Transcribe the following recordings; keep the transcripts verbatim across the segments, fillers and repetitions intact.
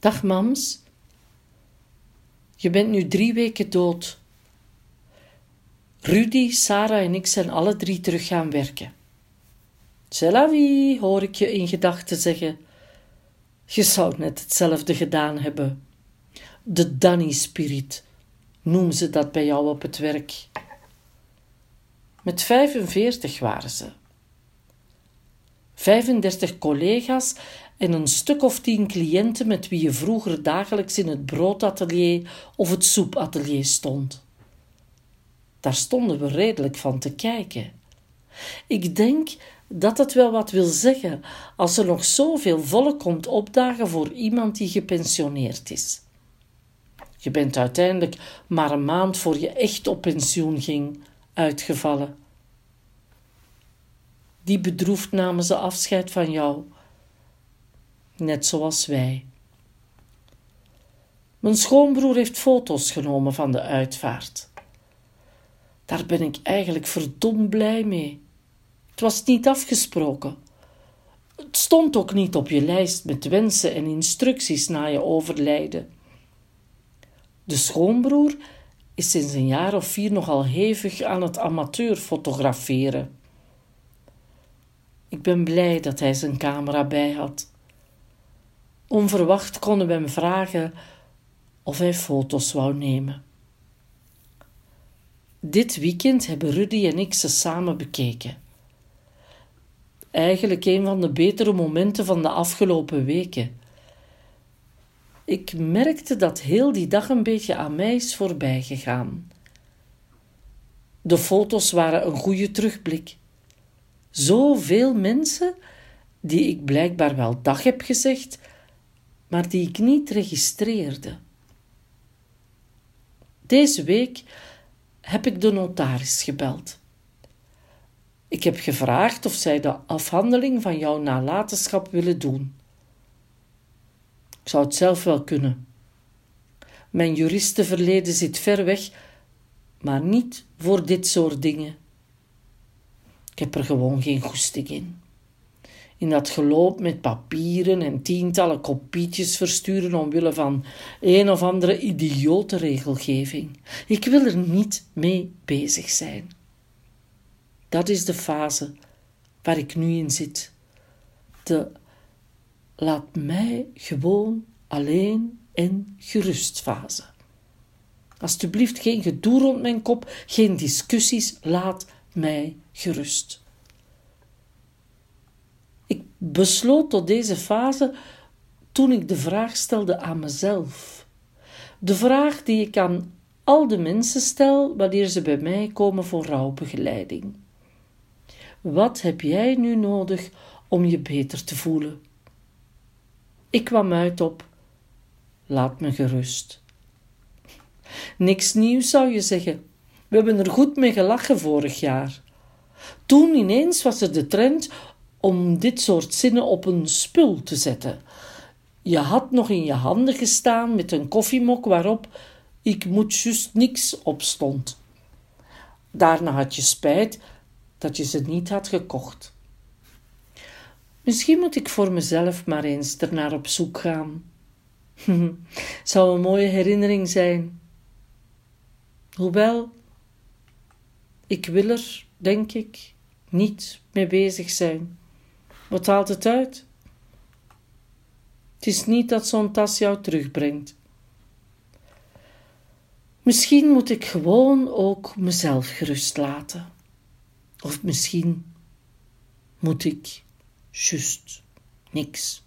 Dag mams. Je bent nu drie weken dood. Rudy, Sarah en ik zijn alle drie terug gaan werken. C'est la vie, hoor ik je in gedachten zeggen. Je zou net hetzelfde gedaan hebben. De Danny-spirit, noemen ze dat bij jou op het werk. Met vijfenveertig waren ze. Vijfendertig collega's en een stuk of tien cliënten met wie je vroeger dagelijks in het broodatelier of het soepatelier stond. Daar stonden we redelijk van te kijken. Ik denk dat het wel wat wil zeggen als er nog zoveel volk komt opdagen voor iemand die gepensioneerd is. Je bent uiteindelijk maar een maand voor je echt op pensioen ging uitgevallen. Die bedroefd namen ze afscheid van jou, net zoals wij. Mijn schoonbroer heeft foto's genomen van de uitvaart. Daar ben ik eigenlijk verdomd blij mee. Het was niet afgesproken. Het stond ook niet op je lijst met wensen en instructies na je overlijden. De schoonbroer is sinds een jaar of vier nogal hevig aan het amateur fotograferen. Ik ben blij dat hij zijn camera bij had. Onverwacht konden we hem vragen of hij foto's wou nemen. Dit weekend hebben Rudy en ik ze samen bekeken. Eigenlijk een van de betere momenten van de afgelopen weken. Ik merkte dat heel die dag een beetje aan mij is voorbij gegaan. De foto's waren een goede terugblik. Zoveel mensen die ik blijkbaar wel dag heb gezegd, maar die ik niet registreerde. Deze week heb ik de notaris gebeld. Ik heb gevraagd of zij de afhandeling van jouw nalatenschap willen doen. Ik zou het zelf wel kunnen. Mijn juristenverleden zit ver weg, maar niet voor dit soort dingen. Ik heb er gewoon geen goesting in. In dat geloop met papieren en tientallen kopietjes versturen omwille van een of andere idiote regelgeving. Ik wil er niet mee bezig zijn. Dat is de fase waar ik nu in zit. De laat mij gewoon alleen en gerust fase. Alsjeblieft geen gedoe rond mijn kop, geen discussies, laat mij gerust. Ik besloot tot deze fase toen ik de vraag stelde aan mezelf. De vraag die ik aan al de mensen stel wanneer ze bij mij komen voor rouwbegeleiding. Wat heb jij nu nodig om je beter te voelen? Ik kwam uit op: laat me gerust. Niks nieuws zou je zeggen. We hebben er goed mee gelachen vorig jaar. Toen ineens was er de trend om dit soort zinnen op een spul te zetten. Je had nog in je handen gestaan met een koffiemok waarop ik moet juist niks op stond. Daarna had je spijt dat je ze niet had gekocht. Misschien moet ik voor mezelf maar eens ernaar op zoek gaan. Zou een mooie herinnering zijn. Hoewel, ik wil er, denk ik, niet mee bezig zijn. Wat haalt het uit? Het is niet dat zo'n tas jou terugbrengt. Misschien moet ik gewoon ook mezelf gerust laten. Of misschien moet ik juist niks.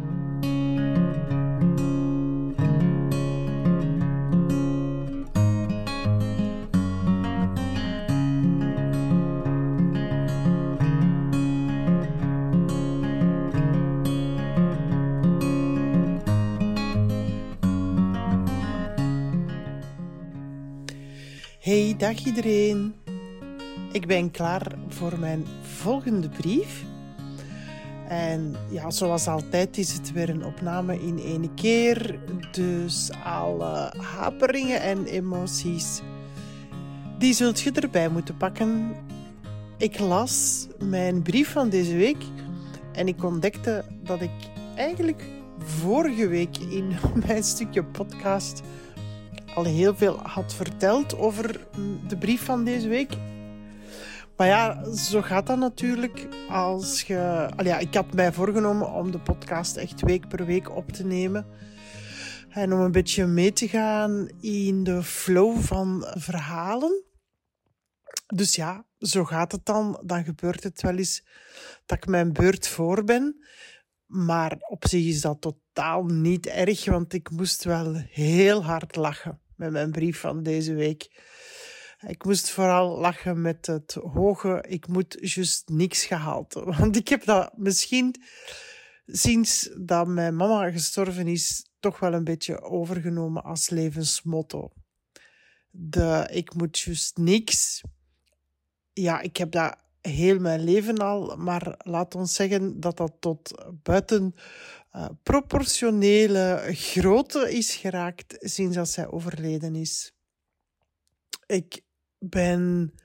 Hey, dag iedereen. Ik ben klaar voor mijn volgende brief. En ja, zoals altijd is het weer een opname in één keer. Dus alle haperingen en emoties, die zult je erbij moeten pakken. Ik las mijn brief van deze week en ik ontdekte dat ik eigenlijk vorige week in mijn stukje podcast al heel veel had verteld over de brief van deze week. Maar ja, zo gaat dat natuurlijk als je... Al ja, ik had mij voorgenomen om de podcast echt week per week op te nemen. En om een beetje mee te gaan in de flow van verhalen. Dus ja, zo gaat het dan. Dan gebeurt het wel eens dat ik mijn beurt voor ben. Maar op zich is dat totaal niet erg, want ik moest wel heel hard lachen met mijn brief van deze week. Ik moest vooral lachen met het hoge, ik moet juist niks gehalte. Want ik heb dat misschien, sinds dat mijn mama gestorven is, toch wel een beetje overgenomen als levensmotto. De ik moet juist niks. Ja, ik heb dat heel mijn leven al, maar laat ons zeggen dat dat tot buiten uh, proportionele grootte is geraakt sinds dat zij overleden is. Ik ben,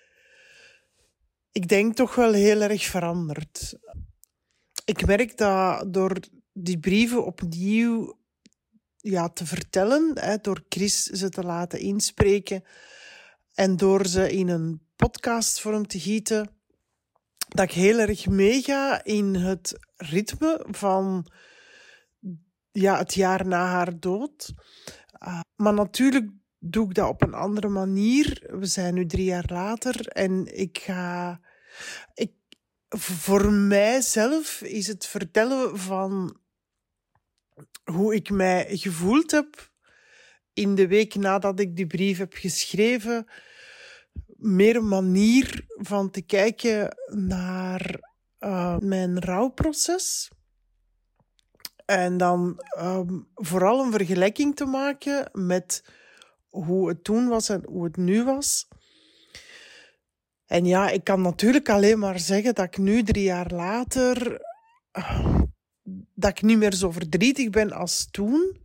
ik denk toch wel heel erg veranderd. Ik merk dat door die brieven opnieuw ja, te vertellen, hè, door Chris ze te laten inspreken en door ze in een podcastvorm te gieten, dat ik heel erg meega in het ritme van ja, het jaar na haar dood. Uh, maar natuurlijk doe ik dat op een andere manier. We zijn nu drie jaar later en ik ga... Ik, voor mijzelf is het vertellen van hoe ik mij gevoeld heb in de week nadat ik die brief heb geschreven, meer een manier van te kijken naar uh, mijn rouwproces. En dan um, vooral een vergelijking te maken met hoe het toen was en hoe het nu was. En ja, ik kan natuurlijk alleen maar zeggen dat ik nu, drie jaar later, uh, dat ik niet meer zo verdrietig ben als toen.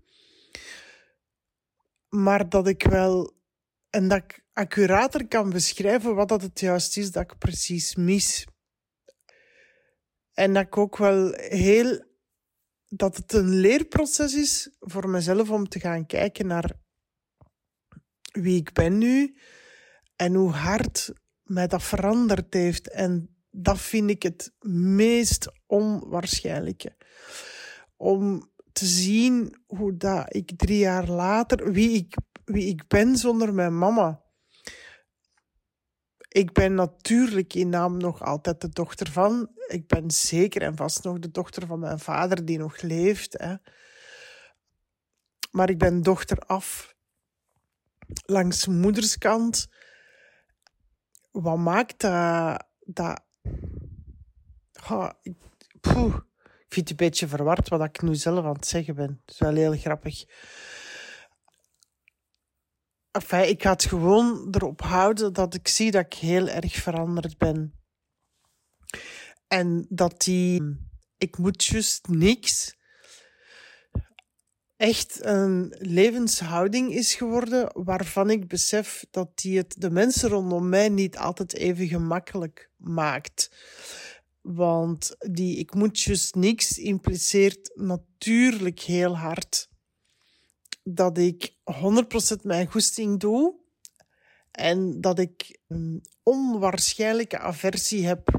Maar dat ik wel... En dat ik accurater kan beschrijven wat dat het juist is dat ik precies mis. En dat ik ook wel heel... Dat het een leerproces is voor mezelf om te gaan kijken naar wie ik ben nu en hoe hard mij dat veranderd heeft. En dat vind ik het meest onwaarschijnlijke. Om te zien hoe dat ik drie jaar later, wie ik, wie ik ben zonder mijn mama. Ik ben natuurlijk in naam nog altijd de dochter van. Ik ben zeker en vast nog de dochter van mijn vader die nog leeft. Hè. Maar ik ben dochter af langs moederskant. Wat maakt dat... dat oh, ik, poeh, ik vind het een beetje verward wat ik nu zelf aan het zeggen ben. Dat is wel heel grappig. Enfin, ik ga het gewoon erop houden dat ik zie dat ik heel erg veranderd ben. En dat die... Ik moet juist niks... echt een levenshouding is geworden waarvan ik besef dat die het de mensen rondom mij niet altijd even gemakkelijk maakt. Want die ik moet juist niks impliceert natuurlijk heel hard dat ik honderd procent mijn goesting doe en dat ik een onwaarschijnlijke aversie heb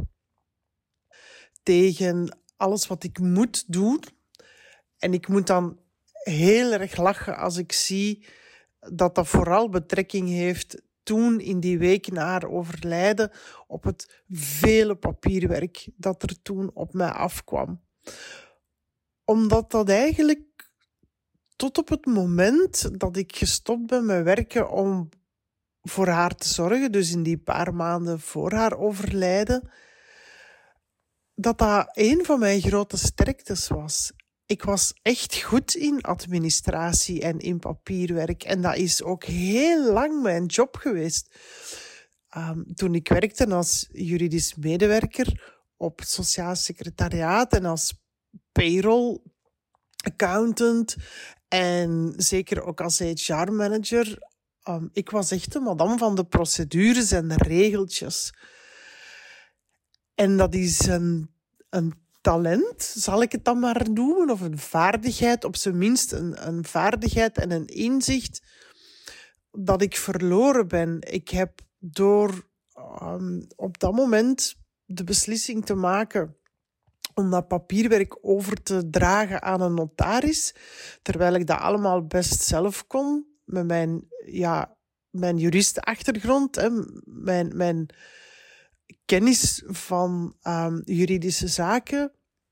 tegen alles wat ik moet doen. En ik moet dan heel erg lachen als ik zie dat dat vooral betrekking heeft toen in die week na haar overlijden op het vele papierwerk dat er toen op mij afkwam. Omdat dat eigenlijk tot op het moment dat ik gestopt ben met werken om voor haar te zorgen, dus in die paar maanden voor haar overlijden, dat dat een van mijn grote sterktes was. Ik was echt goed in administratie en in papierwerk. En dat is ook heel lang mijn job geweest. Um, toen ik werkte als juridisch medewerker op het sociaal secretariaat en als payroll accountant en zeker ook als H R-manager. Um, ik was echt de madame van de procedures en de regeltjes. En dat is een, een talent, zal ik het dan maar noemen, of een vaardigheid, op zijn minst een, een vaardigheid en een inzicht, dat ik verloren ben. Ik heb door um, op dat moment de beslissing te maken om dat papierwerk over te dragen aan een notaris, terwijl ik dat allemaal best zelf kon, met mijn, ja, mijn juristenachtergrond, hè, mijn, mijn kennis van um, juridische zaken,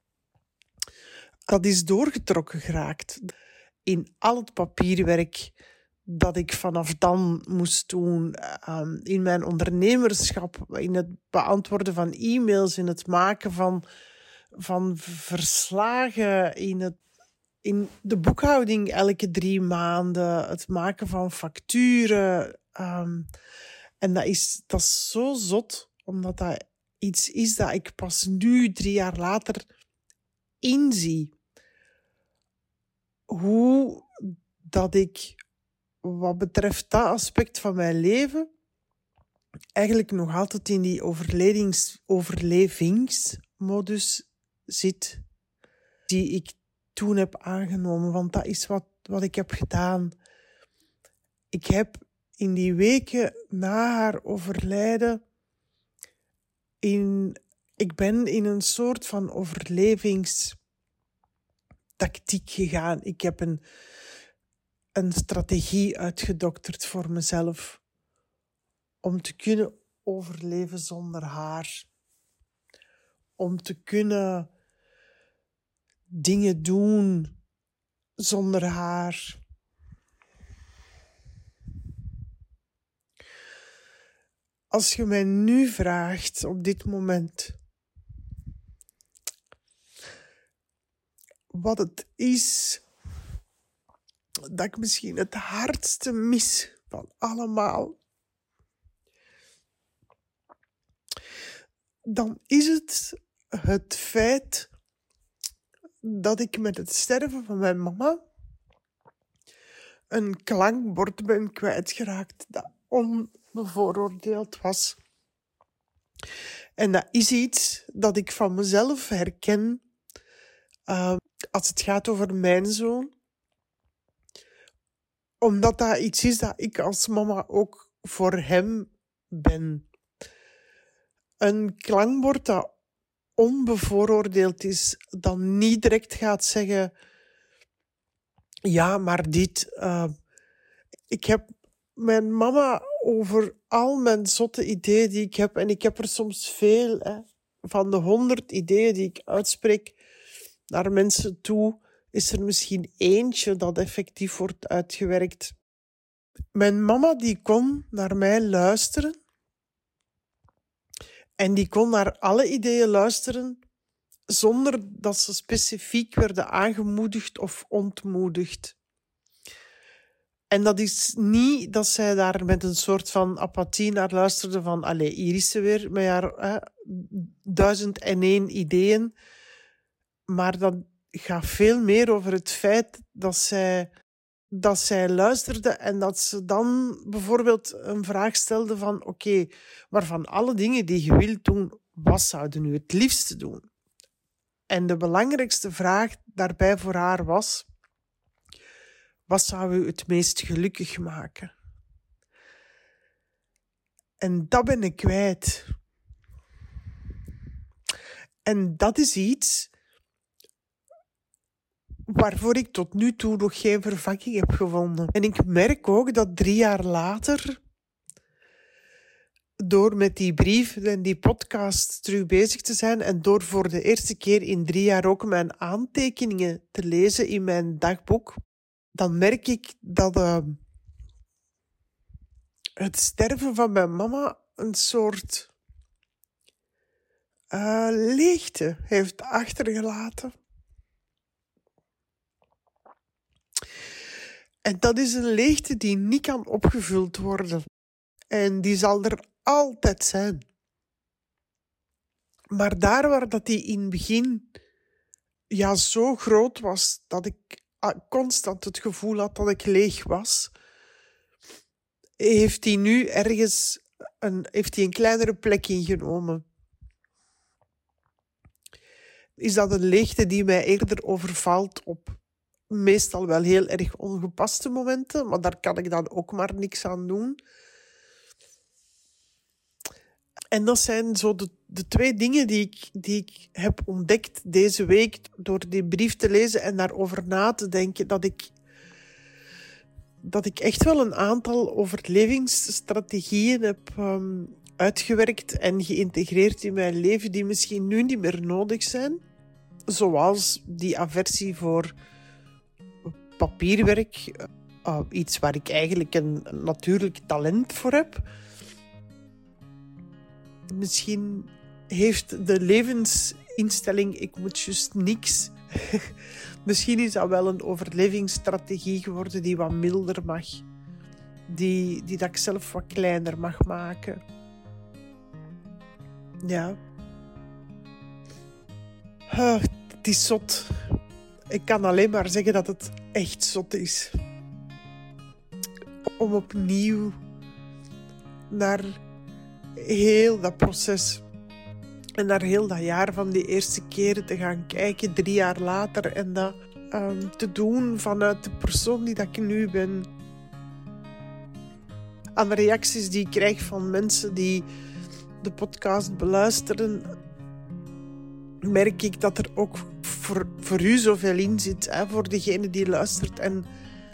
dat is doorgetrokken geraakt. In al het papierwerk dat ik vanaf dan moest doen, um, in mijn ondernemerschap, in het beantwoorden van e-mails, in het maken van, van verslagen, in, het, in de boekhouding elke drie maanden, het maken van facturen. Um, en dat is, dat is zo zot, omdat dat iets is dat ik pas nu, drie jaar later, inzie. Hoe dat ik, wat betreft dat aspect van mijn leven, eigenlijk nog altijd in die overlevings, overlevingsmodus zit, die ik toen heb aangenomen. Want dat is wat, wat ik heb gedaan. Ik heb in die weken na haar overlijden, in, ik ben in een soort van overlevingstactiek gegaan. Ik heb een, een strategie uitgedokterd voor mezelf om te kunnen overleven zonder haar. Om te kunnen dingen doen zonder haar. Als je mij nu vraagt, op dit moment, wat het is dat ik misschien het hardste mis van allemaal, dan is het het feit dat ik met het sterven van mijn mama een klankbord ben kwijtgeraakt dat onbevooroordeeld was. En dat is iets dat ik van mezelf herken uh, als het gaat over mijn zoon. Omdat dat iets is dat ik als mama ook voor hem ben. Een klankbord dat onbevooroordeeld is, dat niet direct gaat zeggen, ja, maar dit, uh, ik heb mijn mama over al mijn zotte ideeën die ik heb, en ik heb er soms veel, hè, van de honderd ideeën die ik uitspreek naar mensen toe, is er misschien eentje dat effectief wordt uitgewerkt. Mijn mama die kon naar mij luisteren en die kon naar alle ideeën luisteren zonder dat ze specifiek werden aangemoedigd of ontmoedigd. En dat is niet dat zij daar met een soort van apathie naar luisterde van, allee, hier is ze weer met haar hè, duizend en één ideeën. Maar dat gaat veel meer over het feit dat zij, dat zij luisterde en dat ze dan bijvoorbeeld een vraag stelde van, oké, okay, maar van alle dingen die je wilt doen, wat zouden nu het liefste doen? En de belangrijkste vraag daarbij voor haar was, wat zou u het meest gelukkig maken? En dat ben ik kwijt. En dat is iets waarvoor ik tot nu toe nog geen vervanging heb gevonden. En ik merk ook dat drie jaar later, door met die brief en die podcast terug bezig te zijn en door voor de eerste keer in drie jaar ook mijn aantekeningen te lezen in mijn dagboek, dan merk ik dat uh, het sterven van mijn mama een soort uh, leegte heeft achtergelaten. En dat is een leegte die niet kan opgevuld worden. En die zal er altijd zijn. Maar daar waar dat die in het begin ja, zo groot was, dat ik constant het gevoel had dat ik leeg was, heeft hij nu ergens een, heeft hij een kleinere plek ingenomen. is dat een leegte die mij eerder overvalt op meestal wel heel erg ongepaste momenten, maar daar kan ik dan ook maar niks aan doen. En dat zijn zo de, de twee dingen die ik, die ik heb ontdekt deze week door die brief te lezen en daarover na te denken, dat ik, dat ik echt wel een aantal overlevingsstrategieën heb um, uitgewerkt en geïntegreerd in mijn leven die misschien nu niet meer nodig zijn. Zoals die aversie voor papierwerk, uh, iets waar ik eigenlijk een natuurlijk talent voor heb. Misschien heeft de levensinstelling, ik moet juist niks. Misschien is dat wel een overlevingsstrategie geworden die wat milder mag. Die, die dat ik zelf wat kleiner mag maken. Ja. Uh, het is zot. Ik kan alleen maar zeggen dat het echt zot is. Om opnieuw naar heel dat proces en naar heel dat jaar van die eerste keren te gaan kijken, drie jaar later, en dat um, te doen vanuit de persoon die dat ik nu ben. Aan de reacties die ik krijg van mensen die de podcast beluisteren, merk ik dat er ook voor, voor u zoveel in zit, hè, voor degene die luistert. En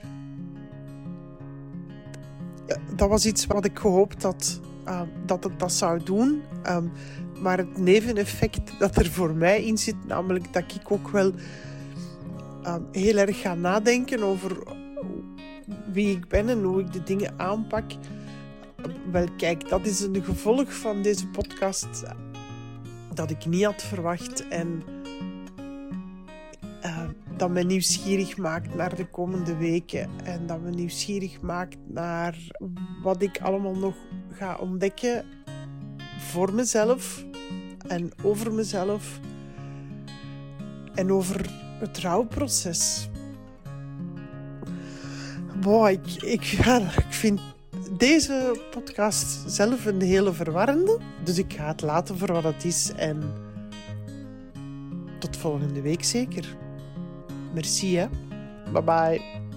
ja, dat was iets wat ik gehoopt had uh, dat het dat zou doen. Um, maar het neveneffect dat er voor mij in zit, namelijk dat ik ook wel uh, heel erg ga nadenken over wie ik ben en hoe ik de dingen aanpak. Wel, kijk, dat is een gevolg van deze podcast dat ik niet had verwacht en uh, dat me nieuwsgierig maakt naar de komende weken en dat me nieuwsgierig maakt naar wat ik allemaal nog ga ontdekken voor mezelf en over mezelf en over het rouwproces. Boah, ik, ik, ja, ik vind deze podcast zelf een hele verwarrende. Dus ik ga het laten voor wat het is. En tot volgende week zeker. Merci, hè. Bye bye.